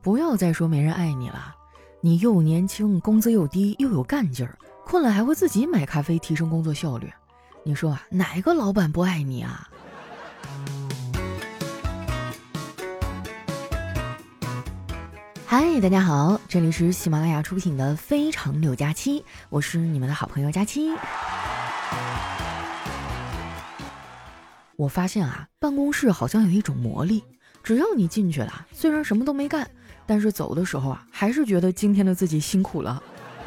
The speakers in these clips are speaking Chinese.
不要再说没人爱你了，你又年轻，工资又低，又有干劲儿，困了还会自己买咖啡提升工作效率。你说啊，哪个老板不爱你啊？嗨，大家好，这里是喜马拉雅出品的非常六加七，我是你们的好朋友佳期。我发现啊，办公室好像有一种魔力，只要你进去了，虽然什么都没干，但是走的时候啊，还是觉得今天的自己辛苦了。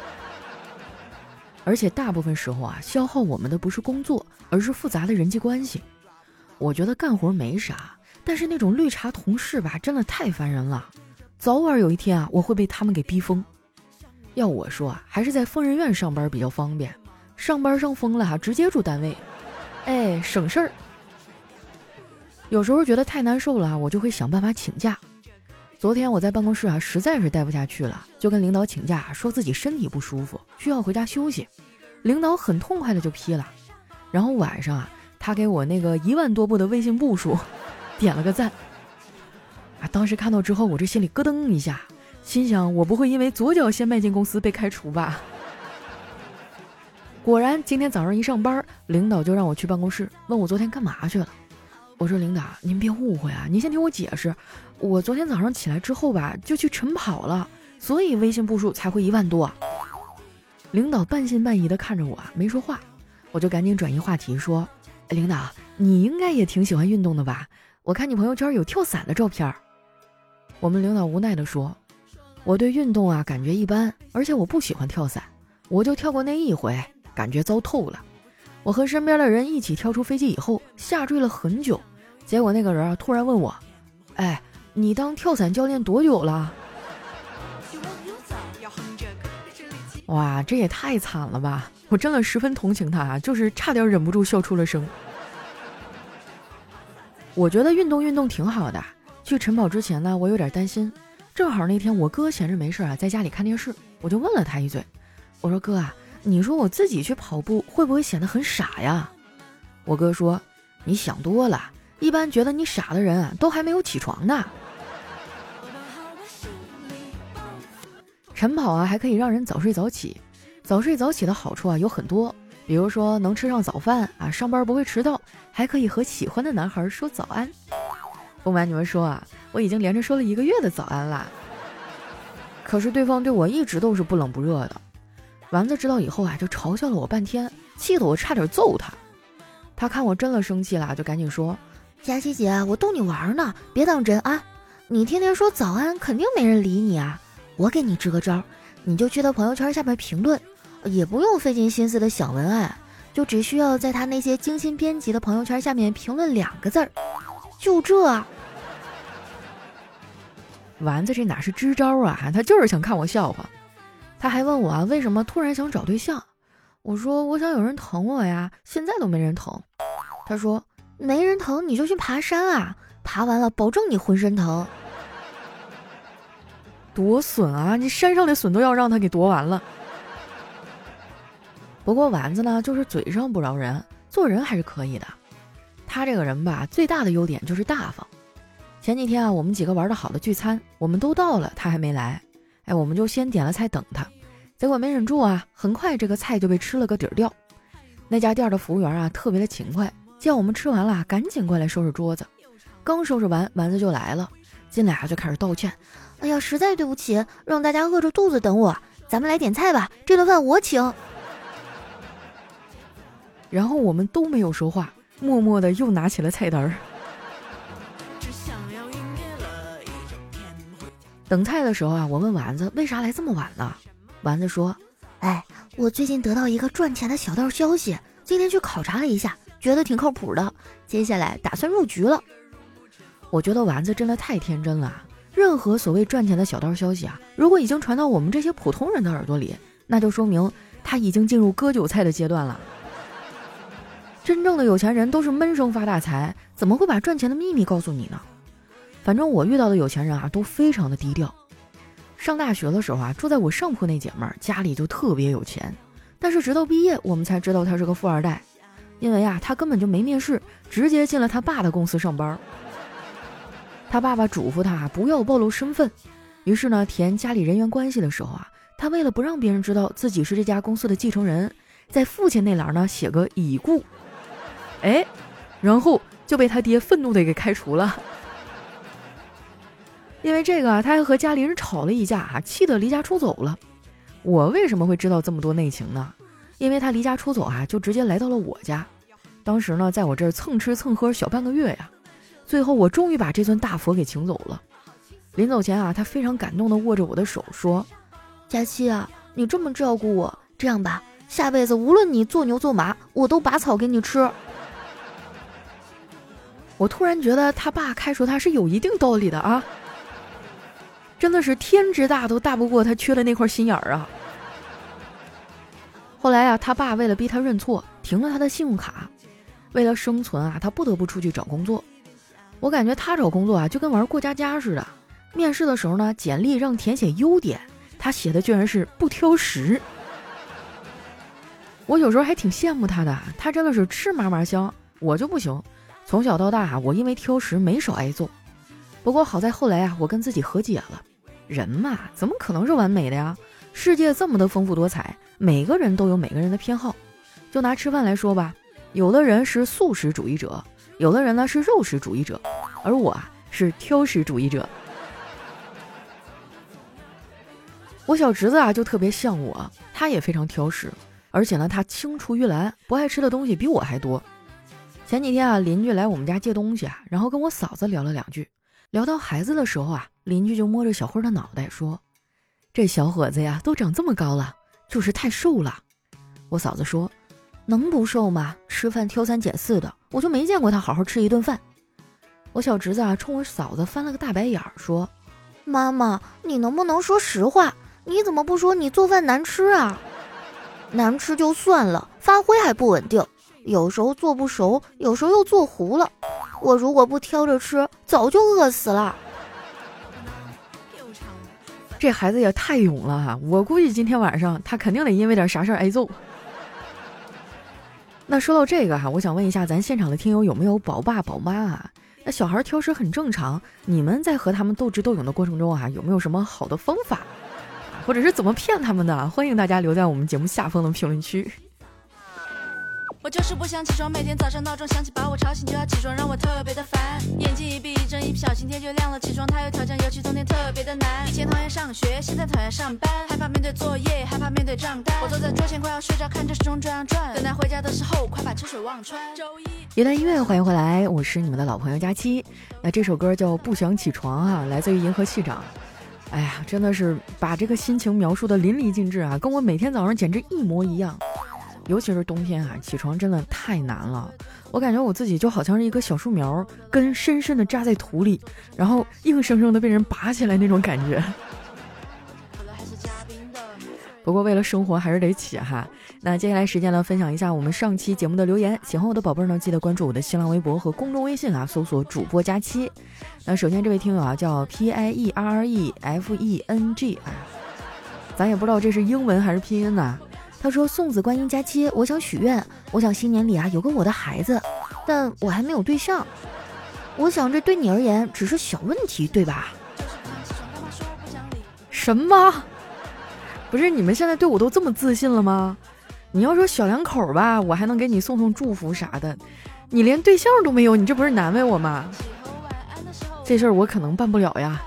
而且大部分时候啊，消耗我们的不是工作，而是复杂的人际关系。我觉得干活没啥，但是那种绿茶同事吧，真的太烦人了。早晚有一天啊，我会被他们给逼疯。要我说啊，还是在疯人院上班比较方便，上班上疯了啊，直接住单位，哎，省事儿。有时候觉得太难受了，我就会想办法请假。昨天我在办公室啊，实在是待不下去了，就跟领导请假，说自己身体不舒服，需要回家休息。领导很痛快的就批了。然后晚上啊，他给我那个1万多步的微信步数点了个赞。啊，当时看到之后，我这心里咯噔一下，心想我不会因为左脚先迈进公司被开除吧？果然今天早上一上班，领导就让我去办公室，问我昨天干嘛去了。我说领导，您别误会啊，您先听我解释，我昨天早上起来之后吧，就去晨跑了，所以微信步数才会1万多。领导半信半疑的看着我，没说话，我就赶紧转移话题说，领导，你应该也挺喜欢运动的吧？我看你朋友圈有跳伞的照片。我们领导无奈的说，我对运动啊感觉一般，而且我不喜欢跳伞，我就跳过那一回，感觉糟透了。我和身边的人一起跳出飞机以后，下坠了很久，结果那个人啊突然问我，哎，你当跳伞教练多久了？哇，这也太惨了吧！我真的十分同情他，就是差点忍不住笑出了声。我觉得运动挺好的。去晨跑之前呢，我有点担心，正好那天我哥闲着没事啊，在家里看电视，我就问了他一嘴，我说哥啊，你说我自己去跑步会不会显得很傻呀？我哥说，你想多了，一般觉得你傻的人啊，都还没有起床呢。晨跑啊，还可以让人早睡早起。早睡早起的好处啊有很多，比如说能吃上早饭啊，上班不会迟到，还可以和喜欢的男孩说早安。不瞒你们说啊，我已经连着说了1个月的早安了。可是对方对我一直都是不冷不热的。丸子知道以后啊，就嘲笑了我半天，气得我差点揍他。他看我真的生气了，就赶紧说，佳琪姐，我逗你玩呢，别当真啊。你天天说早安，肯定没人理你啊。我给你支个招，你就去他朋友圈下面评论，也不用费尽心思的想文案，就只需要在他那些精心编辑的朋友圈下面评论2个字儿，就这。丸子这哪是支招啊，他就是想看我笑话。他还问我啊，为什么突然想找对象？我说我想有人疼我呀，现在都没人疼。他说没人疼你就去爬山啊，爬完了保证你浑身疼。多损啊，你山上的笋都要让他给夺完了。不过丸子呢，就是嘴上不饶人，做人还是可以的。他这个人吧，最大的优点就是大方。前几天啊，我们几个玩得好的聚餐，我们都到了，他还没来。哎，我们就先点了菜等他，结果没忍住啊，很快这个菜就被吃了个底儿掉。那家店的服务员啊，特别的勤快，见我们吃完了，赶紧过来收拾桌子。刚收拾完，丸子就来了，进来啊就开始道歉。哎呀，实在对不起，让大家饿着肚子等我，咱们来点菜吧，这顿饭我请。然后我们都没有说话，默默的又拿起了菜单儿。等菜的时候啊，我问丸子为啥来这么晚呢？丸子说，哎，我最近得到一个赚钱的小道消息，今天去考察了一下，觉得挺靠谱的，接下来打算入局了。我觉得丸子真的太天真了，任何所谓赚钱的小道消息啊，如果已经传到我们这些普通人的耳朵里，那就说明他已经进入割韭菜的阶段了。真正的有钱人都是闷声发大财，怎么会把赚钱的秘密告诉你呢？反正我遇到的有钱人啊，都非常的低调。上大学的时候啊，住在我上铺那姐们儿家里就特别有钱，但是直到毕业我们才知道她是个富二代，因为啊她根本就没面试，直接进了她爸的公司上班。他爸爸嘱咐他不要暴露身份， 于是呢，填家里人员关系的时候啊，他为了不让别人知道自己是这家公司的继承人，在父亲那栏呢写个已故，然后就被他爹愤怒的给开除了。因为这个啊，他还和家里人吵了一架啊，气得离家出走了。我为什么会知道这么多内情呢？因为他离家出走啊，就直接来到了我家。当时呢，在我这儿蹭吃蹭喝小半个月呀，最后我终于把这尊大佛给请走了。临走前啊，他非常感动地握着我的手说：“佳期啊，你这么照顾我，这样吧，下辈子无论你做牛做马，我都拔草给你吃。”我突然觉得他爸开除他是有一定道理的啊，真的是天之大都大不过他缺的那块心眼儿啊。后来啊，他爸为了逼他认错，停了他的信用卡。为了生存啊，他不得不出去找工作。我感觉他找工作啊，就跟玩过家家似的。面试的时候呢，简历让填写优点，他写的居然是不挑食。我有时候还挺羡慕他的，他真的是吃嘛嘛香，我就不行。从小到大啊，我因为挑食没少挨揍。不过好在后来啊，我跟自己和解了。人嘛，怎么可能是完美的呀？世界这么的丰富多彩，每个人都有每个人的偏好。就拿吃饭来说吧，有的人是素食主义者，有的人呢是肉食主义者，而我啊是挑食主义者。我小侄子啊就特别像我，他也非常挑食，而且呢他青出于蓝，不爱吃的东西比我还多。前几天啊，邻居来我们家借东西啊，然后跟我嫂子聊了两句，聊到孩子的时候啊，邻居就摸着小辉的脑袋说：“这小伙子呀都长这么高了，就是太瘦了。”我嫂子说：“能不瘦吗？吃饭挑三拣四的，我就没见过他好好吃一顿饭。”我小侄子啊冲我嫂子翻了个大白眼儿，说：“妈妈，你能不能说实话？你怎么不说你做饭难吃啊？难吃就算了，发挥还不稳定，有时候做不熟，有时候又做糊了。我如果不挑着吃，早就饿死了。”这孩子也太勇了哈！我估计今天晚上他肯定得因为点啥事儿挨揍。那说到这个哈，我想问一下咱现场的听友有没有宝爸宝妈啊？那小孩挑食很正常，你们在和他们斗智斗勇的过程中啊，有没有什么好的方法？或者是怎么骗他们的？欢迎大家留在我们节目下方的评论区。 我就是不想起床，每天早上闹钟响起把我吵醒就要起床，让我特别的烦。眼睛一闭一睁，一不小心天就亮了。起床它有挑战，尤其冬天特别的难。以前讨厌上学，现在讨厌上班，害怕面对作业，害怕面对账单。我坐在桌前快要睡着，看着时钟转啊转，等待回家的时候，快把秋水忘穿。周一， 一段音乐，欢迎回来，我是你们的老朋友佳期。那这首歌叫《不想起床》啊，来自于银河系长。哎呀，真的是把这个心情描述的淋漓尽致啊，跟我每天早上简直一模一样。尤其是冬天啊，起床真的太难了。我感觉我自己就好像是一个小树苗，根深深的扎在土里，然后硬生生的被人拔起来那种感觉。不过为了生活还是得起哈。那接下来时间呢，分享一下我们上期节目的留言。喜欢我的宝贝呢，记得关注我的新浪微博和公众微信啊，搜索主播佳期。那首先这位听友啊叫 PIERREFENG 啊，咱也不知道这是英文还是拼音呐。他说：“送子观音佳期，我想许愿，我想新年里啊有个我的孩子，但我还没有对象。我想这对你而言只是小问题，对吧？”什么？不是你们现在对我都这么自信了吗？你要说小两口吧，我还能给你送送祝福啥的，你连对象都没有，你这不是难为我吗？这事儿我可能办不了呀。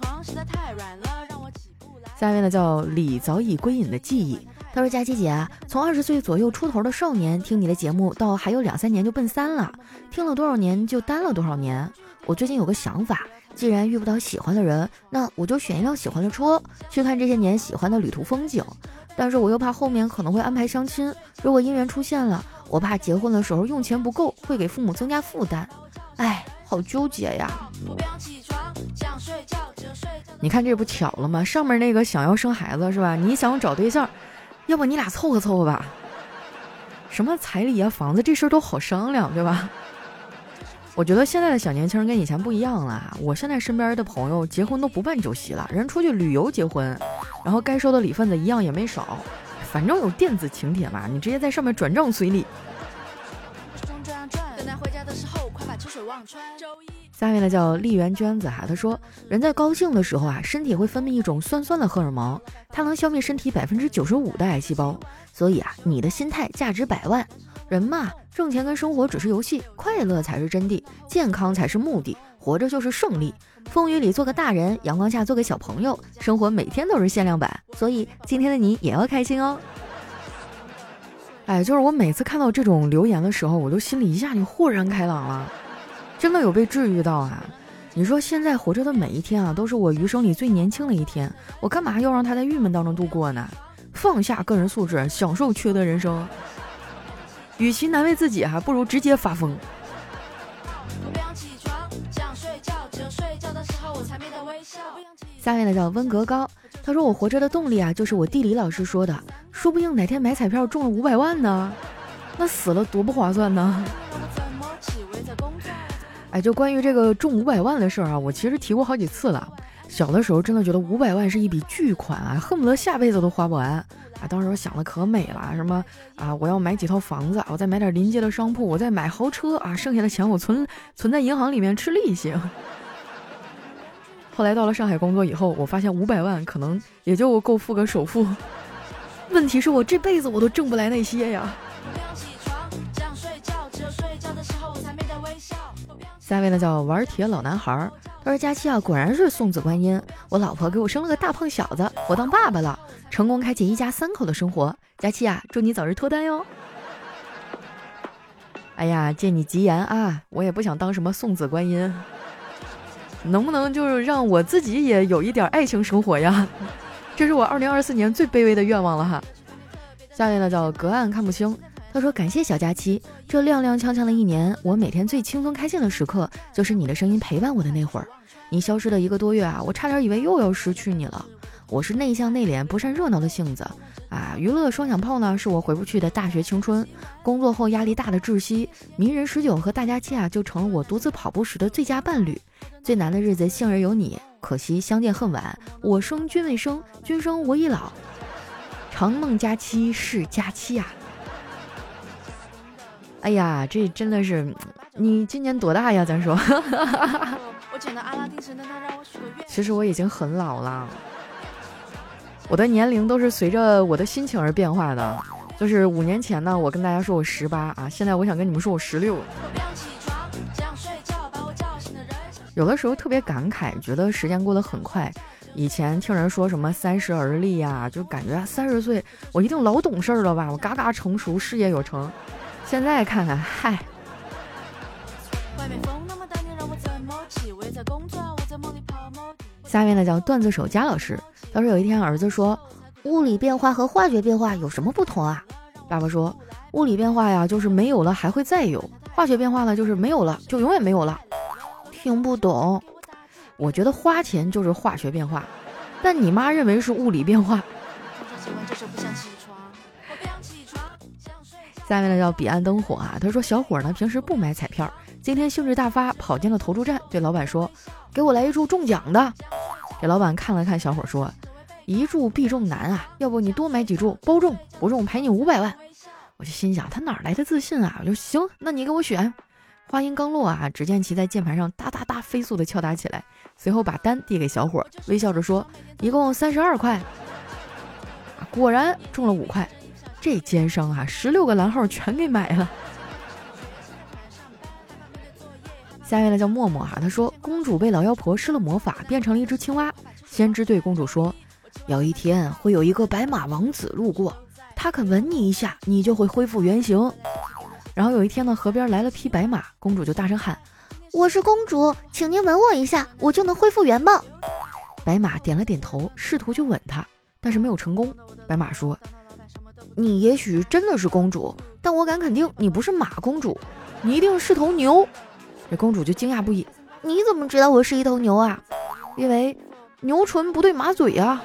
下面呢叫李早已归隐的记忆。他说：“佳琪姐啊，从20岁左右出头的少年听你的节目，到还有2-3年就奔3了，听了多少年就单了多少年。我最近有个想法，既然遇不到喜欢的人，那我就选一辆喜欢的车，去看这些年喜欢的旅途风景。但是我又怕后面可能会安排相亲，如果姻缘出现了，我怕结婚的时候用钱不够，会给父母增加负担。哎，好纠结呀。”你看这不巧了吗？上面那个想要生孩子是吧？你想找对象，要不你俩凑合凑合吧。什么彩礼啊房子这事儿都好商量，对吧？我觉得现在的小年轻人跟以前不一样了。我现在身边的朋友结婚都不办酒席了，人出去旅游结婚，然后该收的礼份子一样也没少，反正有电子请帖嘛，你直接在上面转账随礼。 下面呢叫丽媛娟子哈，她说人在高兴的时候啊，身体会分泌一种酸酸的荷尔蒙，它能消灭身体95%的癌细胞。所以啊，你的心态价值100万。人嘛，挣钱跟生活只是游戏，快乐才是真谛，健康才是目的，活着就是胜利。风雨里做个大人，阳光下做个小朋友，生活每天都是限量版，所以今天的你也要开心哦。哎，就是我每次看到这种留言的时候，我都心里一下就豁然开朗了，真的有被治愈到啊！你说现在活着的每一天啊，都是我余生里最年轻的一天，我干嘛要让他在郁闷当中度过呢？放下个人素质，享受缺德人生。与其难为自己还不如直接发疯。下面的叫温格高，他说我活着的动力啊，就是我地理老师说的，说不定哪天买彩票中了500万呢，那死了多不划算呢。哎，就关于这个中500万的事儿啊，我其实提过好几次了。小的时候真的觉得500万是一笔巨款啊，恨不得下辈子都花不完啊！当时我想的可美了，什么啊，我要买几套房子，我再买点临街的商铺，我再买豪车啊，剩下的钱我存在银行里面吃利息。后来到了上海工作以后，我发现500万可能也就够付个首付，问题是我这辈子我都挣不来那些呀。下位呢叫玩铁老男孩，他说佳期啊，果然是送子观音，我老婆给我生了个大胖小子，我当爸爸了，成功开启一家3口的生活。佳期啊，祝你早日脱单哟。哎呀，借你吉言啊，我也不想当什么送子观音，能不能就是让我自己也有一点爱情生活呀？这是我2024年最卑微的愿望了哈。下面呢叫隔岸看不清，他说感谢小佳期，这踉踉跄跄的一年，我每天最轻松开心的时刻就是你的声音陪伴我的那会儿。你消失的1个多月啊，我差点以为又要失去你了。我是内向内敛不善热闹的性子啊，娱乐双响炮呢是我回不去的大学青春，工作后压力大的窒息，迷人19和大佳期啊就成了我独自跑步时的最佳伴侣。最难的日子幸而有你，可惜相见恨晚，我生君未生，君生我已老，长梦佳期是佳期啊。哎呀，这真的是，你今年多大呀？咱说，其实我已经很老了，我的年龄都是随着我的心情而变化的。就是5年前呢，我跟大家说我18啊，现在我想跟你们说我16。有的时候特别感慨，觉得时间过得很快。以前听人说什么30而立呀，就感觉30岁我一定老懂事了吧，我嘎嘎成熟，事业有成。现在看看，嗨。下面呢叫段子手佳老师，他说有一天儿子说，物理变化和化学变化有什么不同啊？爸爸说，物理变化呀就是没有了还会再有，化学变化呢就是没有了就永远没有了。听不懂，我觉得花钱就是化学变化，但你妈认为是物理变化。下面呢叫彼岸灯火啊，他说小伙呢平时不买彩票，今天兴致大发跑进了投注站，对老板说，给我来一注中奖的。这老板看了看小伙说，一注必中难啊，要不你多买几注，包中不中赔你500万。我就心想他哪来的自信啊，我就行，那你给我选。话音刚落啊，只见其在键盘上哒哒哒飞速的敲打起来，随后把单递给小伙，微笑着说，一共32块。果然中了5块，这奸商啊，16个蓝号全给买了。下面呢叫默默啊，他说公主被老妖婆施了魔法，变成了一只青蛙。先知对公主说，有一天会有一个白马王子路过，他肯吻你一下，你就会恢复原形。然后有一天呢，河边来了匹白马，公主就大声喊，我是公主，请您吻我一下，我就能恢复原貌。白马点了点头，试图去吻她，但是没有成功。白马说，你也许真的是公主，但我敢肯定你不是马公主，你一定是头牛。这公主就惊讶不已，你怎么知道我是一头牛啊？因为牛唇不对马嘴啊。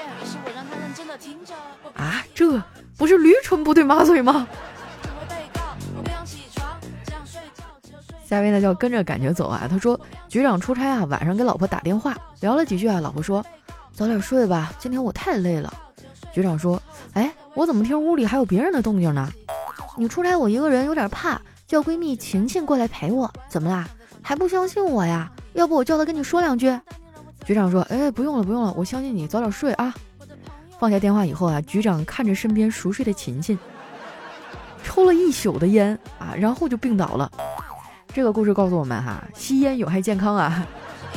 啊，这不是驴唇不对马嘴吗？下位呢叫跟着感觉走啊，他说局长出差啊，晚上给老婆打电话聊了几句啊，老婆说早点睡吧，今天我太累了。局长说，哎，我怎么听屋里还有别人的动静呢？你出差我一个人有点怕，叫闺蜜晴晴过来陪我，怎么啦？ 还不相信我呀？要不我叫他跟你说2句？局长说，不用了，我相信你，早点睡啊。放下电话以后啊，局长看着身边熟睡的琴琴，抽了1宿的烟啊，然后就病倒了。这个故事告诉我们哈，吸烟有害健康啊。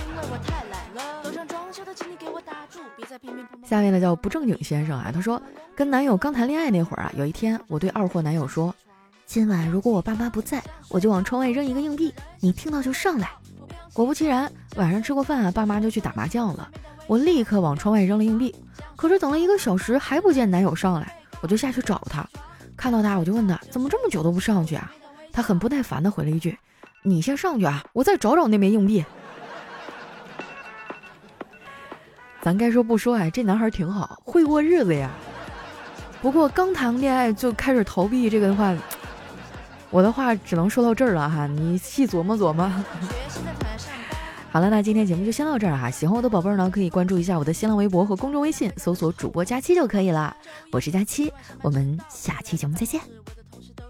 下面呢叫不正经先生啊，他说跟男友刚谈恋爱那会儿啊，有一天我对二货男友说，今晚如果我爸妈不在，我就往窗外扔一个硬币，你听到就上来。果不其然，晚上吃过饭啊，爸妈就去打麻将了，我立刻往窗外扔了硬币，可是等了1个小时还不见男友上来，我就下去找他，看到他我就问他怎么这么久都不上去啊？他很不耐烦地回了一句，你先上去啊，我再找找那枚硬币。咱该说不说啊，这男孩挺好，会过日子呀。不过刚谈恋爱就开始逃避这个的话，我的话只能说到这儿了哈，你细琢磨琢磨。好了，那今天节目就先到这儿哈。喜欢我的宝贝儿呢，可以关注一下我的新浪微博和公众微信，搜索主播佳期就可以了。我是佳期，我们下期节目再见。